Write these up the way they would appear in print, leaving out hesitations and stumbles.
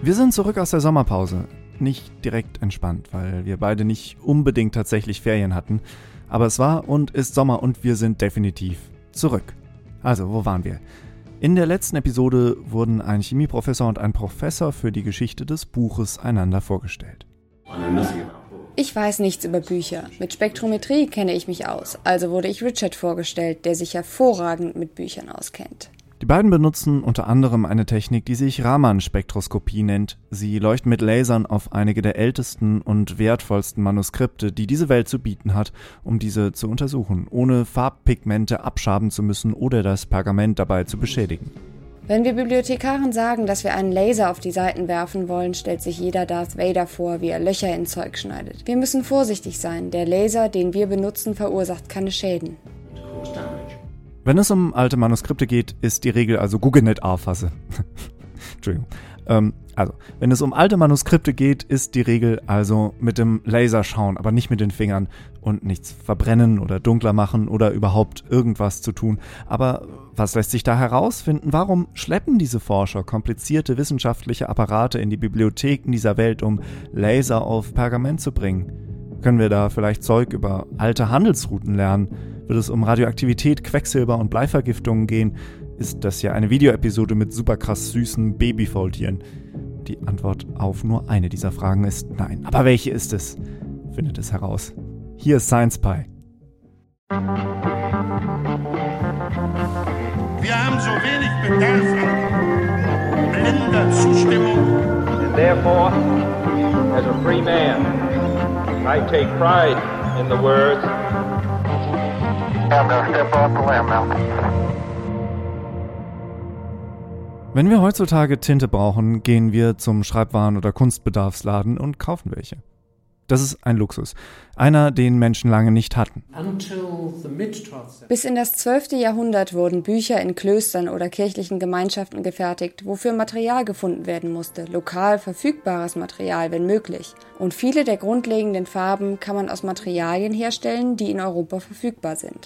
Wir sind zurück aus der Sommerpause. Nicht direkt entspannt, weil wir beide nicht unbedingt tatsächlich Ferien hatten. Aber es war und ist Sommer und wir sind definitiv zurück. Also, wo waren wir? In der letzten Episode wurden ein Chemieprofessor und ein Professor für die Geschichte des Buches einander vorgestellt. Ich weiß nichts über Bücher. Mit Spektrometrie kenne ich mich aus. Also wurde ich Richard vorgestellt, der sich hervorragend mit Büchern auskennt. Die beiden benutzen unter anderem eine Technik, die sich Raman-Spektroskopie nennt. Sie leuchten mit Lasern auf einige der ältesten und wertvollsten Manuskripte, die diese Welt zu bieten hat, um diese zu untersuchen, ohne Farbpigmente abschaben zu müssen oder das Pergament dabei zu beschädigen. Wenn wir Bibliothekaren sagen, dass wir einen Laser auf die Seiten werfen wollen, stellt sich jeder Darth Vader vor, wie er Löcher in Zeug schneidet. Wir müssen vorsichtig sein. Der Laser, den wir benutzen, verursacht keine Schäden. Wenn es um alte Manuskripte geht, ist die Regel also Google nicht A-Fasse. Entschuldigung. Wenn es um alte Manuskripte geht, ist die Regel also mit dem Laser schauen, aber nicht mit den Fingern und nichts verbrennen oder dunkler machen oder überhaupt irgendwas zu tun. Aber was lässt sich da herausfinden? Warum schleppen diese Forscher komplizierte wissenschaftliche Apparate in die Bibliotheken dieser Welt, um Laser auf Pergament zu bringen? Können wir da vielleicht Zeug über alte Handelsrouten lernen? Wird es um Radioaktivität, Quecksilber und Bleivergiftungen gehen? Ist das ja eine Videoepisode mit super krass süßen Babyfaultieren? Die Antwort auf nur eine dieser Fragen ist nein. Aber welche ist es? Findet es heraus. Hier ist Science Pie. Wir haben so wenig Bedarf an blinder Zustimmung. And therefore, as a free man, I take pride in the words, Step off the land now. Wenn wir heutzutage Tinte brauchen, gehen wir zum Schreibwaren- oder Kunstbedarfsladen und kaufen welche. Das ist ein Luxus. Einer, den Menschen lange nicht hatten. Bis in das 12. Jahrhundert wurden Bücher in Klöstern oder kirchlichen Gemeinschaften gefertigt, wofür Material gefunden werden musste, lokal verfügbares Material, wenn möglich. Und viele der grundlegenden Farben kann man aus Materialien herstellen, die in Europa verfügbar sind.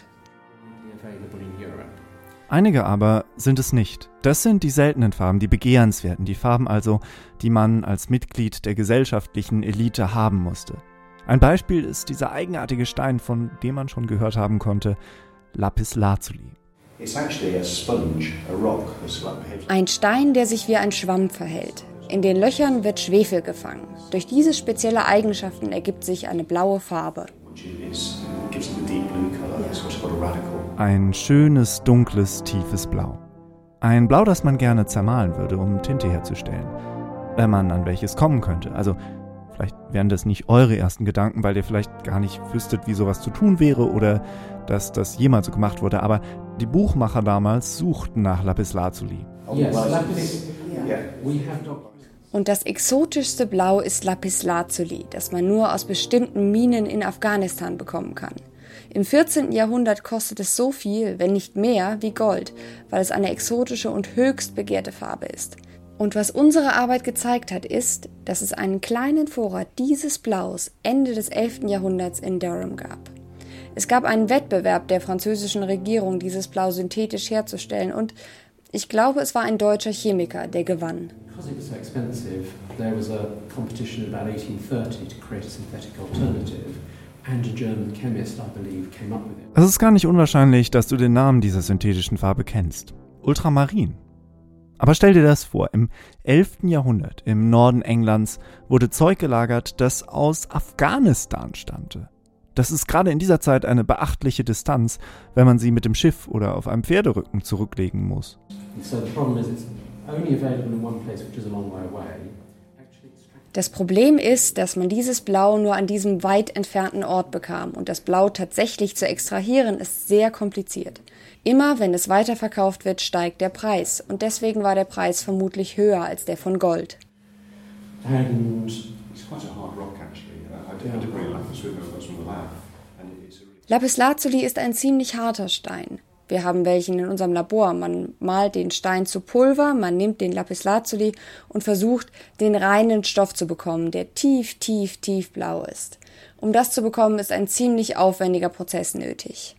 Einige aber sind es nicht. Das sind die seltenen Farben, die begehrenswerten, die Farben also, die man als Mitglied der gesellschaftlichen Elite haben musste. Ein Beispiel ist dieser eigenartige Stein, von dem man schon gehört haben konnte, Lapislazuli. Ein Stein, der sich wie ein Schwamm verhält. In den Löchern wird Schwefel gefangen. Durch diese spezielle Eigenschaften ergibt sich eine blaue Farbe. Ein schönes, dunkles, tiefes Blau. Ein Blau, das man gerne zermahlen würde, um Tinte herzustellen. Wenn man an welches kommen könnte. Also, vielleicht wären das nicht eure ersten Gedanken, weil ihr vielleicht gar nicht wüsstet, wie sowas zu tun wäre oder dass das jemals so gemacht wurde. Aber die Buchmacher damals suchten nach Lapislazuli. Und das exotischste Blau ist Lapislazuli, das man nur aus bestimmten Minen in Afghanistan bekommen kann. Im 14. Jahrhundert kostet es so viel, wenn nicht mehr, wie Gold, weil es eine exotische und höchst begehrte Farbe ist. Und was unsere Arbeit gezeigt hat, ist, dass es einen kleinen Vorrat dieses Blaus Ende des 11. Jahrhunderts in Durham gab. Es gab einen Wettbewerb der französischen Regierung, dieses Blau synthetisch herzustellen und ich glaube, es war ein deutscher Chemiker, der gewann. Because it was so expensive, there was a competition in about 1830 to create a synthetic alternative. And a German chemist, I believe, came up with it. Es ist gar nicht unwahrscheinlich, dass du den Namen dieser synthetischen Farbe kennst. Ultramarin. Aber stell dir das vor, im 11. Jahrhundert im Norden Englands wurde Zeug gelagert, das aus Afghanistan stammte. Das ist gerade in dieser Zeit eine beachtliche Distanz, wenn man sie mit dem Schiff oder auf einem Pferderücken zurücklegen muss. So the problem is it's only available in one place, which is a long way away. Das Problem ist, dass man dieses Blau nur an diesem weit entfernten Ort bekam und das Blau tatsächlich zu extrahieren ist sehr kompliziert. Immer wenn es weiterverkauft wird, steigt der Preis und deswegen war der Preis vermutlich höher als der von Gold. Lapislazuli ist ein ziemlich harter Stein. Wir haben welchen in unserem Labor. Man malt den Stein zu Pulver, man nimmt den Lapislazuli und versucht, den reinen Stoff zu bekommen, der tief, tief, tief blau ist. Um das zu bekommen, ist ein ziemlich aufwendiger Prozess nötig.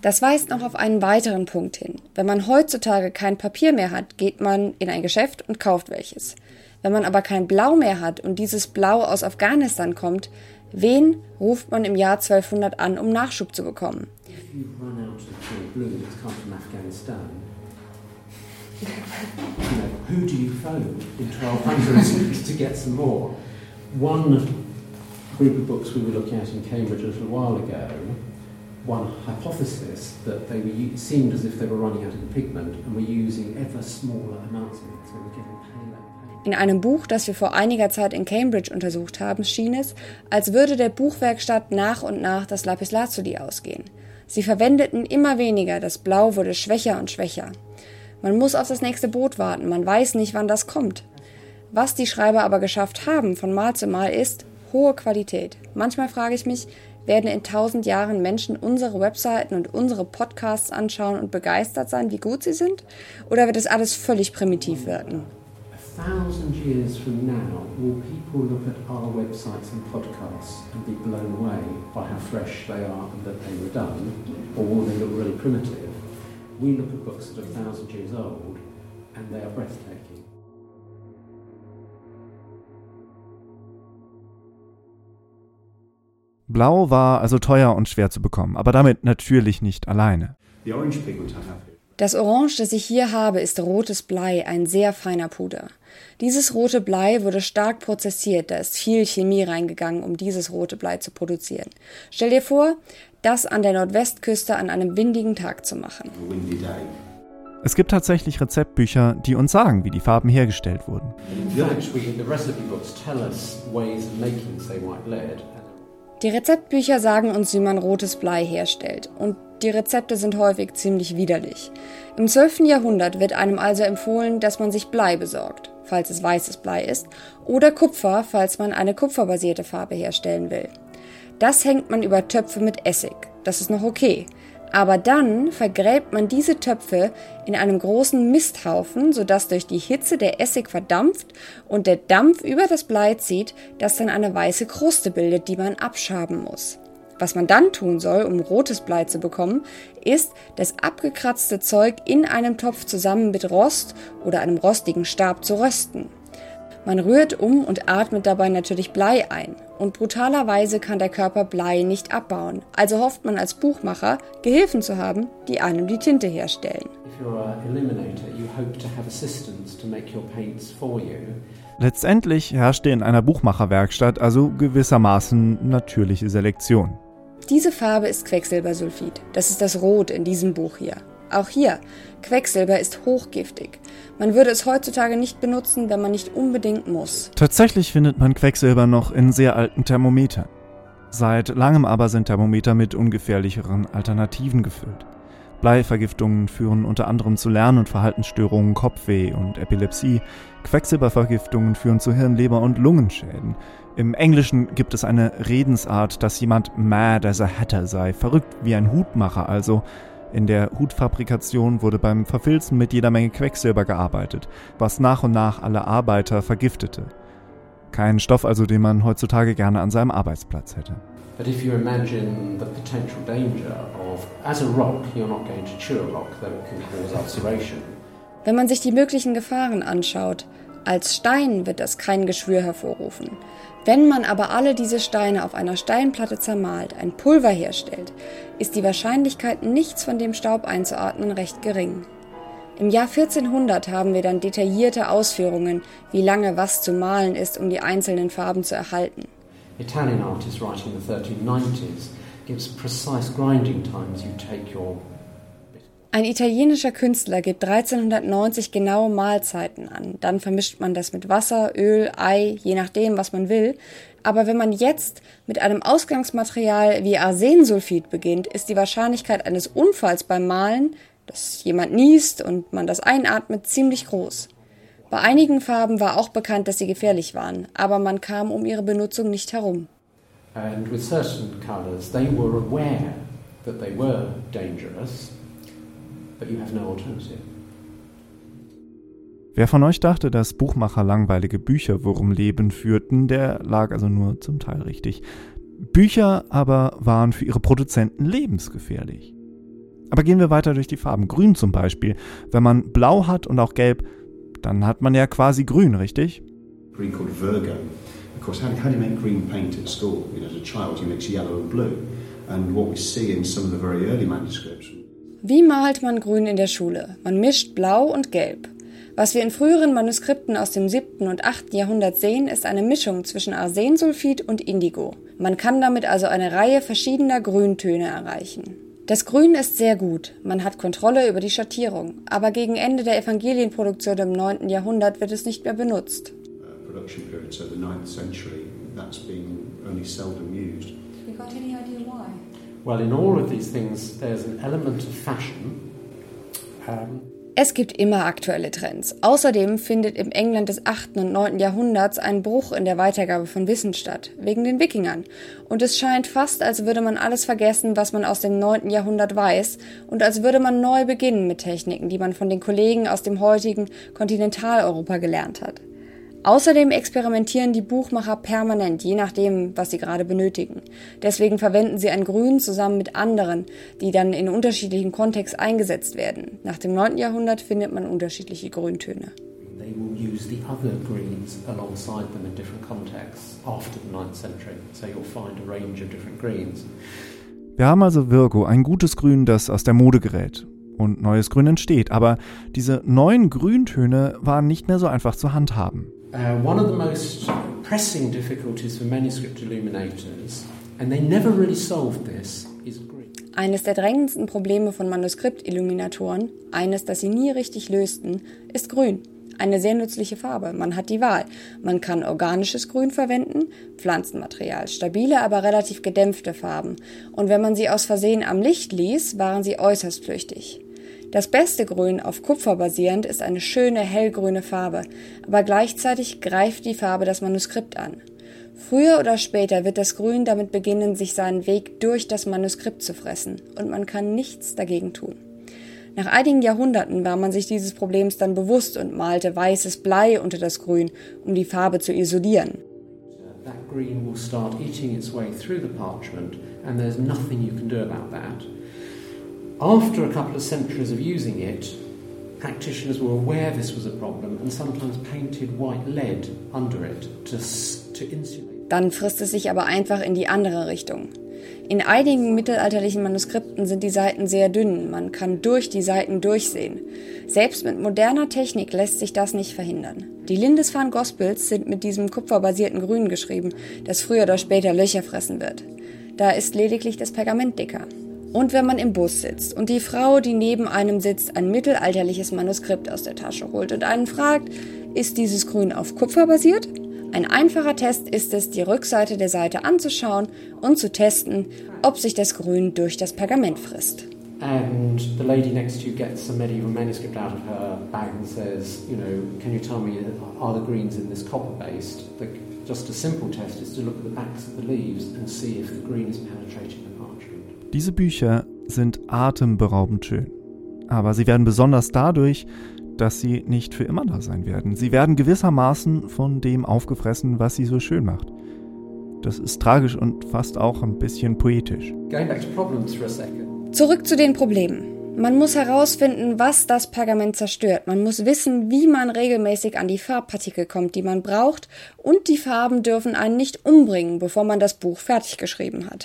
Das weist noch auf einen weiteren Punkt hin. Wenn man heutzutage kein Papier mehr hat, geht man in ein Geschäft und kauft welches. Wenn man aber kein Blau mehr hat und dieses Blau aus Afghanistan kommt, wen ruft man im Jahr 1200 an, um Nachschub zu bekommen? If you run out of pure blue that's come from Afghanistan, who do you phone in 1200 to get some more? One group of books we were looking at in Cambridge a little while ago, one hypothesis that they were seemed as if they were running out of pigment and were using ever smaller amounts of it, so they were getting paler. In einem Buch, das wir vor einiger Zeit in Cambridge untersucht haben, schien es, als würde der Buchwerkstatt nach und nach das Lapislazuli ausgehen. Sie verwendeten immer weniger, das Blau wurde schwächer und schwächer. Man muss auf das nächste Boot warten, man weiß nicht, wann das kommt. Was die Schreiber aber geschafft haben von Mal zu Mal ist hohe Qualität. Manchmal frage ich mich, werden in 1000 Jahren Menschen unsere Webseiten und unsere Podcasts anschauen und begeistert sein, wie gut sie sind? Oder wird das alles völlig primitiv wirken? 1,000 years from now, will people look at our websites and podcasts and be blown away by how fresh they are and that they were done, or will they look really primitive? We look at books that are 1,000 years old and they are breathtaking. Blau war also teuer und schwer zu bekommen, aber damit natürlich nicht alleine. The orange pigment I have here. Das Orange, das ich hier habe, ist rotes Blei, ein sehr feiner Puder. Dieses rote Blei wurde stark prozessiert, da ist viel Chemie reingegangen, um dieses rote Blei zu produzieren. Stell dir vor, das an der Nordwestküste an einem windigen Tag zu machen. A windy day. Es gibt tatsächlich Rezeptbücher, die uns sagen, wie die Farben hergestellt wurden. In fact, the recipe books tell us ways of making, say, white lead. Die Rezeptbücher sagen uns, wie man rotes Blei herstellt. Und die Rezepte sind häufig ziemlich widerlich. Im 12. Jahrhundert wird einem also empfohlen, dass man sich Blei besorgt, falls es weißes Blei ist, oder Kupfer, falls man eine kupferbasierte Farbe herstellen will. Das hängt man über Töpfe mit Essig. Das ist noch okay. Aber dann vergräbt man diese Töpfe in einem großen Misthaufen, sodass durch die Hitze der Essig verdampft und der Dampf über das Blei zieht, das dann eine weiße Kruste bildet, die man abschaben muss. Was man dann tun soll, um rotes Blei zu bekommen, ist, das abgekratzte Zeug in einem Topf zusammen mit Rost oder einem rostigen Stab zu rösten. Man rührt um und atmet dabei natürlich Blei ein. Und brutalerweise kann der Körper Blei nicht abbauen. Also hofft man als Buchmacher, Gehilfen zu haben, die einem die Tinte herstellen. If you're an eliminator, you hope to have assistants to make your paints for you. Letztendlich herrschte in einer Buchmacherwerkstatt also gewissermaßen natürliche Selektion. Diese Farbe ist Quecksilbersulfid. Das ist das Rot in diesem Buch hier. Auch hier, Quecksilber ist hochgiftig. Man würde es heutzutage nicht benutzen, wenn man nicht unbedingt muss. Tatsächlich findet man Quecksilber noch in sehr alten Thermometern. Seit langem aber sind Thermometer mit ungefährlicheren Alternativen gefüllt. Bleivergiftungen führen unter anderem zu Lern- und Verhaltensstörungen, Kopfweh und Epilepsie. Quecksilbervergiftungen führen zu Hirn-, Leber- und Lungenschäden. Im Englischen gibt es eine Redensart, dass jemand mad as a hatter sei, verrückt wie ein Hutmacher also. In der Hutfabrikation wurde beim Verfilzen mit jeder Menge Quecksilber gearbeitet, was nach und nach alle Arbeiter vergiftete. Kein Stoff also, den man heutzutage gerne an seinem Arbeitsplatz hätte. But if you imagine the potential danger of, as a rock, you're not going to chew a rock, though it can cause ulceration. Wenn man sich die möglichen Gefahren anschaut, als Stein wird das kein Geschwür hervorrufen. Wenn man aber alle diese Steine auf einer Steinplatte zermahlt, ein Pulver herstellt, ist die Wahrscheinlichkeit, nichts von dem Staub einzuatmen, recht gering. Im Jahr 1400 haben wir dann detaillierte Ausführungen, wie lange was zu mahlen ist, um die einzelnen Farben zu erhalten. Italian artists writing in the 1390s gives precise grinding times you take your... Ein italienischer Künstler gibt 1390 genaue Mahlzeiten an. Dann vermischt man das mit Wasser, Öl, Ei, je nachdem, was man will. Aber wenn man jetzt mit einem Ausgangsmaterial wie Arsensulfid beginnt, ist die Wahrscheinlichkeit eines Unfalls beim Mahlen, dass jemand niest und man das einatmet, ziemlich groß. Bei einigen Farben war auch bekannt, dass sie gefährlich waren, aber man kam um ihre Benutzung nicht herum. And with certain colours, they were aware that they were dangerous, but you have no alternative. Wer von euch dachte, dass Buchmacher langweilige Bücherwurmleben führten, der lag also nur zum Teil richtig. Bücher aber waren für ihre Produzenten lebensgefährlich. Aber gehen wir weiter durch die Farben. Grün zum Beispiel. Wenn man Blau hat und auch Gelb, dann hat man ja quasi Grün, richtig? Green called Virgo. Of course, how do you make green paint at school? As a child, you mix yellow and blue. And what we see in some of the very early manuscripts. Wie malt man Grün in der Schule? Man mischt Blau und Gelb. Was wir in früheren Manuskripten aus dem 7. und 8. Jahrhundert sehen, ist eine Mischung zwischen Arsensulfid und Indigo. Man kann damit also eine Reihe verschiedener Grüntöne erreichen. Das Grün ist sehr gut, man hat Kontrolle über die Schattierung, aber gegen Ende der Evangelienproduktion im 9. Jahrhundert wird es nicht mehr benutzt. Production period, so the 9th century, that's being only seldom used. You got any idea why? Well, in all of these things, there's an element of fashion. Es gibt immer aktuelle Trends. Außerdem findet im England des 8. und 9. Jahrhunderts ein Bruch in der Weitergabe von Wissen statt, wegen den Wikingern. Und es scheint fast, als würde man alles vergessen, was man aus dem 9. Jahrhundert weiß, und als würde man neu beginnen mit Techniken, die man von den Kollegen aus dem heutigen Kontinentaleuropa gelernt hat. Außerdem experimentieren die Buchmacher permanent, je nachdem, was sie gerade benötigen. Deswegen verwenden sie ein Grün zusammen mit anderen, die dann in unterschiedlichen Kontexten eingesetzt werden. Nach dem 9. Jahrhundert findet man unterschiedliche Grüntöne. They will use the other greens alongside them in different contexts after the 9th century. So you'll find a range of different greens. Wir haben also Virgo, ein gutes Grün, das aus der Mode gerät. Und neues Grün entsteht. Aber diese neuen Grüntöne waren nicht mehr so einfach zu handhaben. One of the most pressing difficulties for manuscript illuminators, and they never really solved this, is green. Eines der drängendsten Probleme von Manuskriptilluminatoren, eines, das sie nie richtig lösten, ist Grün. Eine sehr nützliche Farbe. Man hat die Wahl. Man kann organisches Grün verwenden, Pflanzenmaterial, stabile, aber relativ gedämpfte Farben. Und wenn man sie aus Versehen am Licht ließ, waren sie äußerst flüchtig. Das beste Grün, auf Kupfer basierend, ist eine schöne hellgrüne Farbe, aber gleichzeitig greift die Farbe das Manuskript an. Früher oder später wird das Grün damit beginnen, sich seinen Weg durch das Manuskript zu fressen, und man kann nichts dagegen tun. Nach einigen Jahrhunderten war man sich dieses Problems dann bewusst und malte weißes Blei unter das Grün, um die Farbe zu isolieren. That green will start eating its way through the parchment, and there's nothing you can do about that. After a couple of centuries of using it, practitioners were aware this was a problem and sometimes painted white lead under it to insulate. Dann frisst es sich aber einfach in die andere Richtung. In einigen mittelalterlichen Manuskripten sind die Seiten sehr dünn, man kann durch die Seiten durchsehen. Selbst mit moderner Technik lässt sich das nicht verhindern. Die Lindisfarne Gospels sind mit diesem kupferbasierten Grün geschrieben, das früher oder später Löcher fressen wird. Da ist lediglich das Pergament dicker. Und wenn man im Bus sitzt und die Frau, die neben einem sitzt, ein mittelalterliches Manuskript aus der Tasche holt und einen fragt, ist dieses Grün auf Kupfer basiert? Ein einfacher Test ist es, die Rückseite der Seite anzuschauen und zu testen, ob sich das Grün durch das Pergament frisst. And the lady next to you gets a medieval manuscript out of her bag and says, can you tell me, are the greens in this copper-based? Just a simple test is to look at the backs of the leaves and see if the green is penetrating the parchment. Diese Bücher sind atemberaubend schön. Aber sie werden besonders dadurch, dass sie nicht für immer da sein werden. Sie werden gewissermaßen von dem aufgefressen, was sie so schön macht. Das ist tragisch und fast auch ein bisschen poetisch. Going back to problems for a second. Zurück zu den Problemen. Man muss herausfinden, was das Pergament zerstört. Man muss wissen, wie man regelmäßig an die Farbpartikel kommt, die man braucht. Und die Farben dürfen einen nicht umbringen, bevor man das Buch fertig geschrieben hat.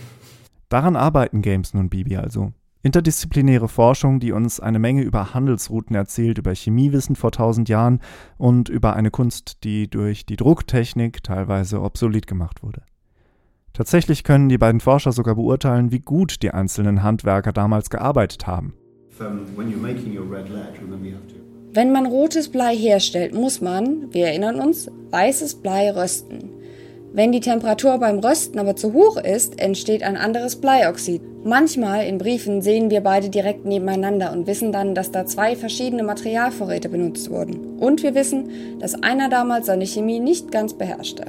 Daran arbeiten Gameson und Beebe also. Interdisziplinäre Forschung, die uns eine Menge über Handelsrouten erzählt, über Chemiewissen vor 1000 Jahren und über eine Kunst, die durch die Drucktechnik teilweise obsolet gemacht wurde. Tatsächlich können die beiden Forscher sogar beurteilen, wie gut die einzelnen Handwerker damals gearbeitet haben. Wenn man rotes Blei herstellt, muss man, wir erinnern uns, weißes Blei rösten. Wenn die Temperatur beim Rösten aber zu hoch ist, entsteht ein anderes Bleioxid. Manchmal in Briefen sehen wir beide direkt nebeneinander und wissen dann, dass da zwei verschiedene Materialvorräte benutzt wurden. Und wir wissen, dass einer damals seine Chemie nicht ganz beherrschte.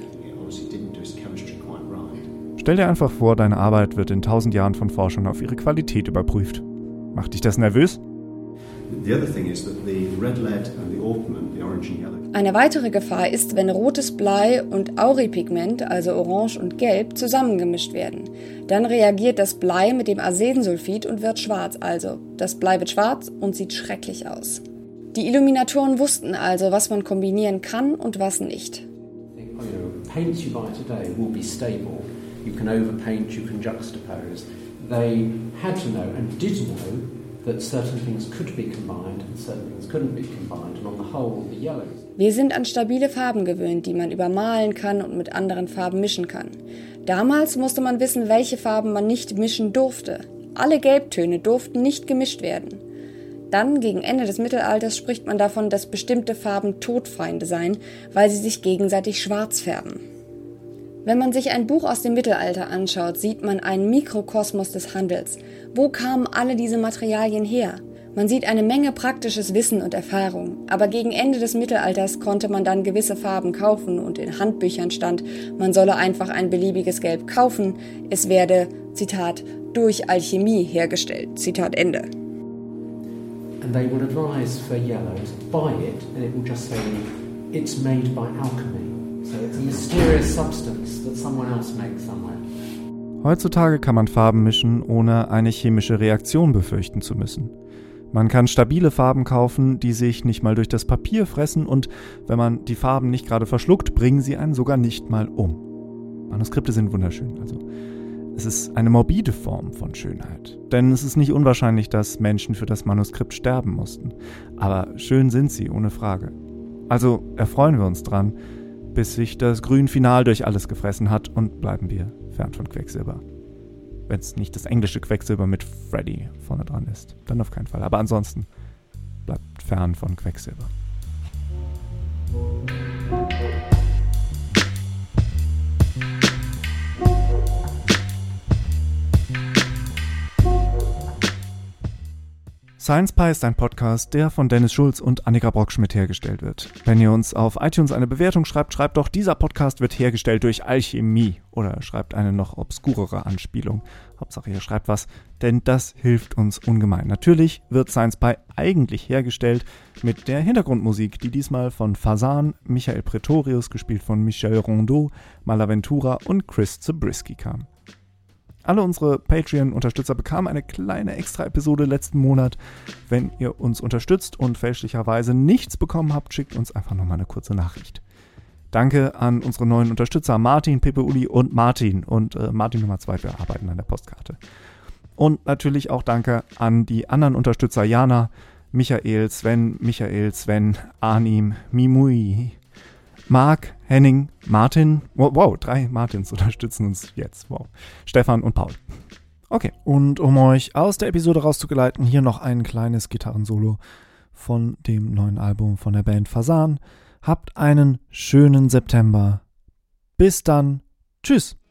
Stell dir einfach vor, deine Arbeit wird in 1000 Jahren von Forschern auf ihre Qualität überprüft. Macht dich das nervös? The other thing is that the red lead and the orpiment, the orange and yellow. Eine weitere Gefahr ist, wenn rotes Blei und Auripigment, also Orange und Gelb, zusammengemischt werden. Dann reagiert das Blei mit dem Arsensulfid und wird schwarz, also das Blei wird schwarz und sieht schrecklich aus. Die Illuminatoren wussten also, was man kombinieren kann und was nicht. Paints you buy today will be stable. You can overpaint, you can juxtapose. They had to know and did know that certain things could be combined and certain things couldn't be combined. And on the whole, the yellows. Wir sind an stabile Farben gewöhnt, die man übermalen kann und mit anderen Farben mischen kann. Damals musste man wissen, welche Farben man nicht mischen durfte. Alle Gelbtöne durften nicht gemischt werden. Dann, gegen Ende des Mittelalters, spricht man davon, dass bestimmte Farben Todfeinde seien, weil sie sich gegenseitig schwarz färben. Wenn man sich ein Buch aus dem Mittelalter anschaut, sieht man einen Mikrokosmos des Handels. Wo kamen alle diese Materialien her? Man sieht eine Menge praktisches Wissen und Erfahrung, aber gegen Ende des Mittelalters konnte man dann gewisse Farben kaufen und in Handbüchern stand, man solle einfach ein beliebiges Gelb kaufen, es werde, Zitat, durch Alchemie hergestellt, Zitat Ende. And they would advise for yellows, buy it, and it will just say, it's made by alchemy. So it's a mysterious substance that someone else makes somewhere. Heutzutage kann man Farben mischen, ohne eine chemische Reaktion befürchten zu müssen. Man kann stabile Farben kaufen, die sich nicht mal durch das Papier fressen und, wenn man die Farben nicht gerade verschluckt, bringen sie einen sogar nicht mal um. Manuskripte sind wunderschön, also es ist eine morbide Form von Schönheit. Denn es ist nicht unwahrscheinlich, dass Menschen für das Manuskript sterben mussten. Aber schön sind sie, ohne Frage. Also erfreuen wir uns dran, bis sich das Grün final durch alles gefressen hat und bleiben wir fern von Quecksilber. Wenn es nicht das englische Quecksilber mit Freddy vorne dran ist, dann auf keinen Fall. Aber ansonsten bleibt fern von Quecksilber. Science Pie ist ein Podcast, der von Dennis Schulz und Annika Brockschmidt hergestellt wird. Wenn ihr uns auf iTunes eine Bewertung schreibt, schreibt doch, dieser Podcast wird hergestellt durch Alchemie. Oder schreibt eine noch obskurere Anspielung. Hauptsache ihr schreibt was, denn das hilft uns ungemein. Natürlich wird Science Pie eigentlich hergestellt mit der Hintergrundmusik, die diesmal von Fasan, Michael Pretorius, gespielt von Michel Rondeau, Malaventura und Chris Zabriskie kam. Alle unsere Patreon-Unterstützer bekamen eine kleine Extra-Episode letzten Monat. Wenn ihr uns unterstützt und fälschlicherweise nichts bekommen habt, schickt uns einfach nochmal eine kurze Nachricht. Danke an unsere neuen Unterstützer Martin, Pepe Uli und Martin. Und Martin Nummer 2, wir arbeiten an der Postkarte. Und natürlich auch danke an die anderen Unterstützer Jana, Michael, Sven, Arnim, Mimui, Marc, Henning, Martin, wow, 3 Martins unterstützen uns jetzt, wow, Stefan und Paul. Okay, und um euch aus der Episode rauszugeleiten, hier noch ein kleines Gitarrensolo von dem neuen Album von der Band Fasan. Habt einen schönen September. Bis dann, tschüss.